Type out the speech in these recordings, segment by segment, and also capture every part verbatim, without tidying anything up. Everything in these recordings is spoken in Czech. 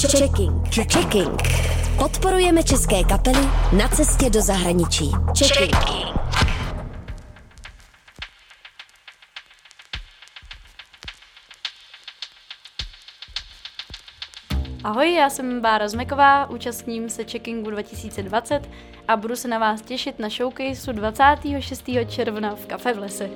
Checking. Checking. Podporujeme české kapely na cestě do zahraničí. Checking. Ahoj, já jsem Bára Zmeková, účastním se Checkingu dva tisíce dvacet a budu se na vás těšit na showcaseu dvacátého šestého června v Kafe v lese.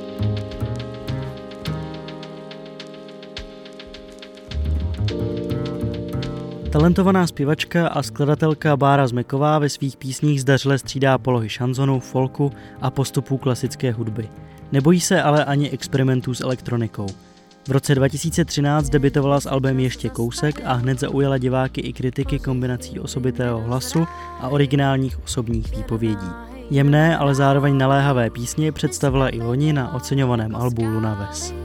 Talentovaná zpěvačka a skladatelka Bára Zmeková ve svých písních zdařile střídá polohy šanzonu, folku a postupů klasické hudby. Nebojí se ale ani experimentů s elektronikou. V roce dva tisíce třináct debutovala s albem Ještě kousek a hned zaujala diváky i kritiky kombinací osobitého hlasu a originálních osobních výpovědí. Jemné, ale zároveň naléhavé písně představila i loni na oceňovaném albu Luna Ves.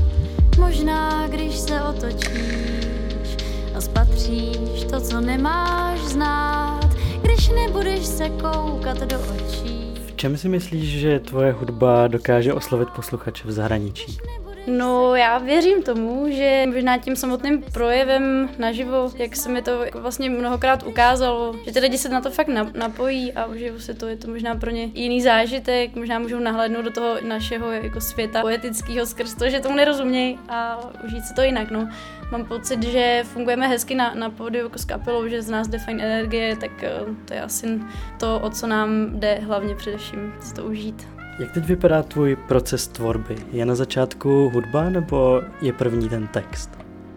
Možná, když se otočíš a spatříš to, co nemáš znát, když nebudeš se koukat do očí. V čem si myslíš, že tvoje hudba dokáže oslovit posluchače v zahraničí? No, já věřím tomu, že možná tím samotným projevem naživo, jak se mi to vlastně mnohokrát ukázalo, že ty lidi se na to fakt napojí a užijou si to, je to možná pro ně jiný zážitek, možná můžou nahlédnout do toho našeho jako světa poetického skrz to, že tomu nerozumějí a užít si to jinak, no. Mám pocit, že fungujeme hezky na, na pódiu jako s kapelou, že z nás jde fajn energie, tak to je asi to, o co nám jde hlavně především si to užít. Jak teď vypadá tvůj proces tvorby? Je na začátku hudba nebo je první ten text?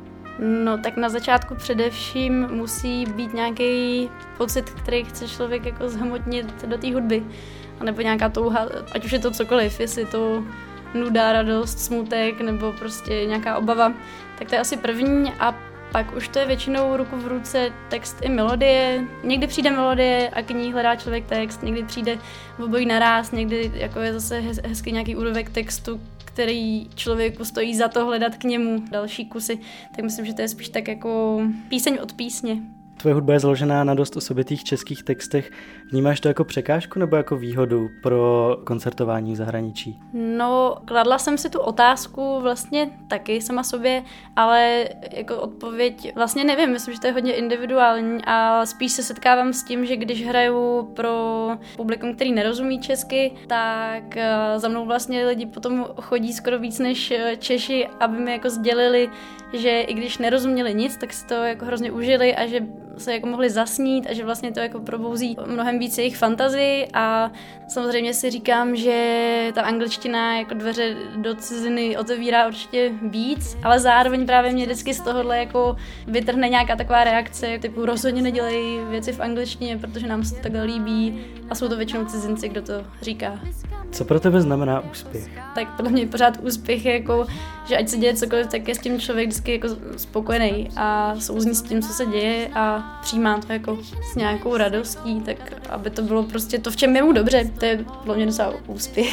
No tak na začátku především musí být nějaký pocit, který chce člověk jako zhmotnit do té hudby. A nebo nějaká touha, ať už je to cokoliv, jestli to nuda, radost, smutek nebo prostě nějaká obava. Tak to je asi první a pak už to je většinou ruku v ruce text i melodie. Někdy přijde melodie a k ní hledá člověk text, někdy přijde obojí naráz, někdy jako je zase hezký nějaký úryvek textu, který člověku stojí za to hledat k němu další kusy. Tak myslím, že to je spíš tak jako píseň od písně. Tvoje hudba je založená na dost osobitých českých textech. Vnímáš to jako překážku nebo jako výhodu pro koncertování v zahraničí? No, kladla jsem si tu otázku vlastně taky sama sobě, ale jako odpověď vlastně nevím, myslím, že to je hodně individuální a spíš se setkávám s tím, že když hraju pro publikum, který nerozumí česky, tak za mnou vlastně lidi potom chodí skoro víc než Češi, aby mi jako sdělili, že i když nerozuměli nic, tak si to jako hrozně užili a že se jako mohli zasnít a že vlastně to jako probouzí mnohem víc jejich fantazii a samozřejmě si říkám, že ta angličtina jako dveře do ciziny otevírá určitě víc, ale zároveň právě mě vždycky z tohohle jako vytrhne nějaká taková reakce, typu rozhodně nedělej věci v angličtině, protože nám se to takhle líbí a jsou to většinou cizinci, kdo to říká. Co pro tebe znamená úspěch? Tak podle mě pořád úspěch je jako, že ať se děje cokoliv, tak je s tím člověk vždycky jako spokojený a souzní s tím, co se děje a přijímá to jako s nějakou radostí, tak aby to bylo prostě to, v čem je mu dobře, to je podle mě docela úspěch.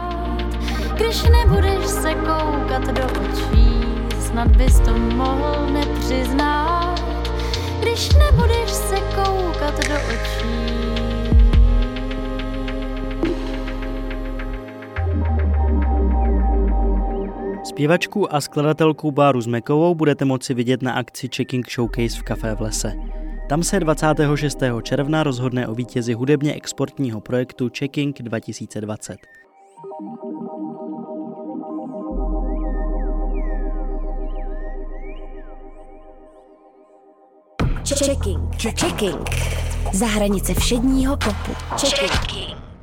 Když nebudeš se koukat do očí, snad bys to mohl nepřiznat. Když nebudeš se koukat do očí. Zpěvačku a skladatelku Báru Zmekovou budete moci vidět na akci Checking Showcase v Kafe v lese. Tam se dvacátého šestého června rozhodne o vítězi hudebně exportního projektu Checking dva tisíce dvacet. Checking. Checking. Za hranice všedního popu. Checking.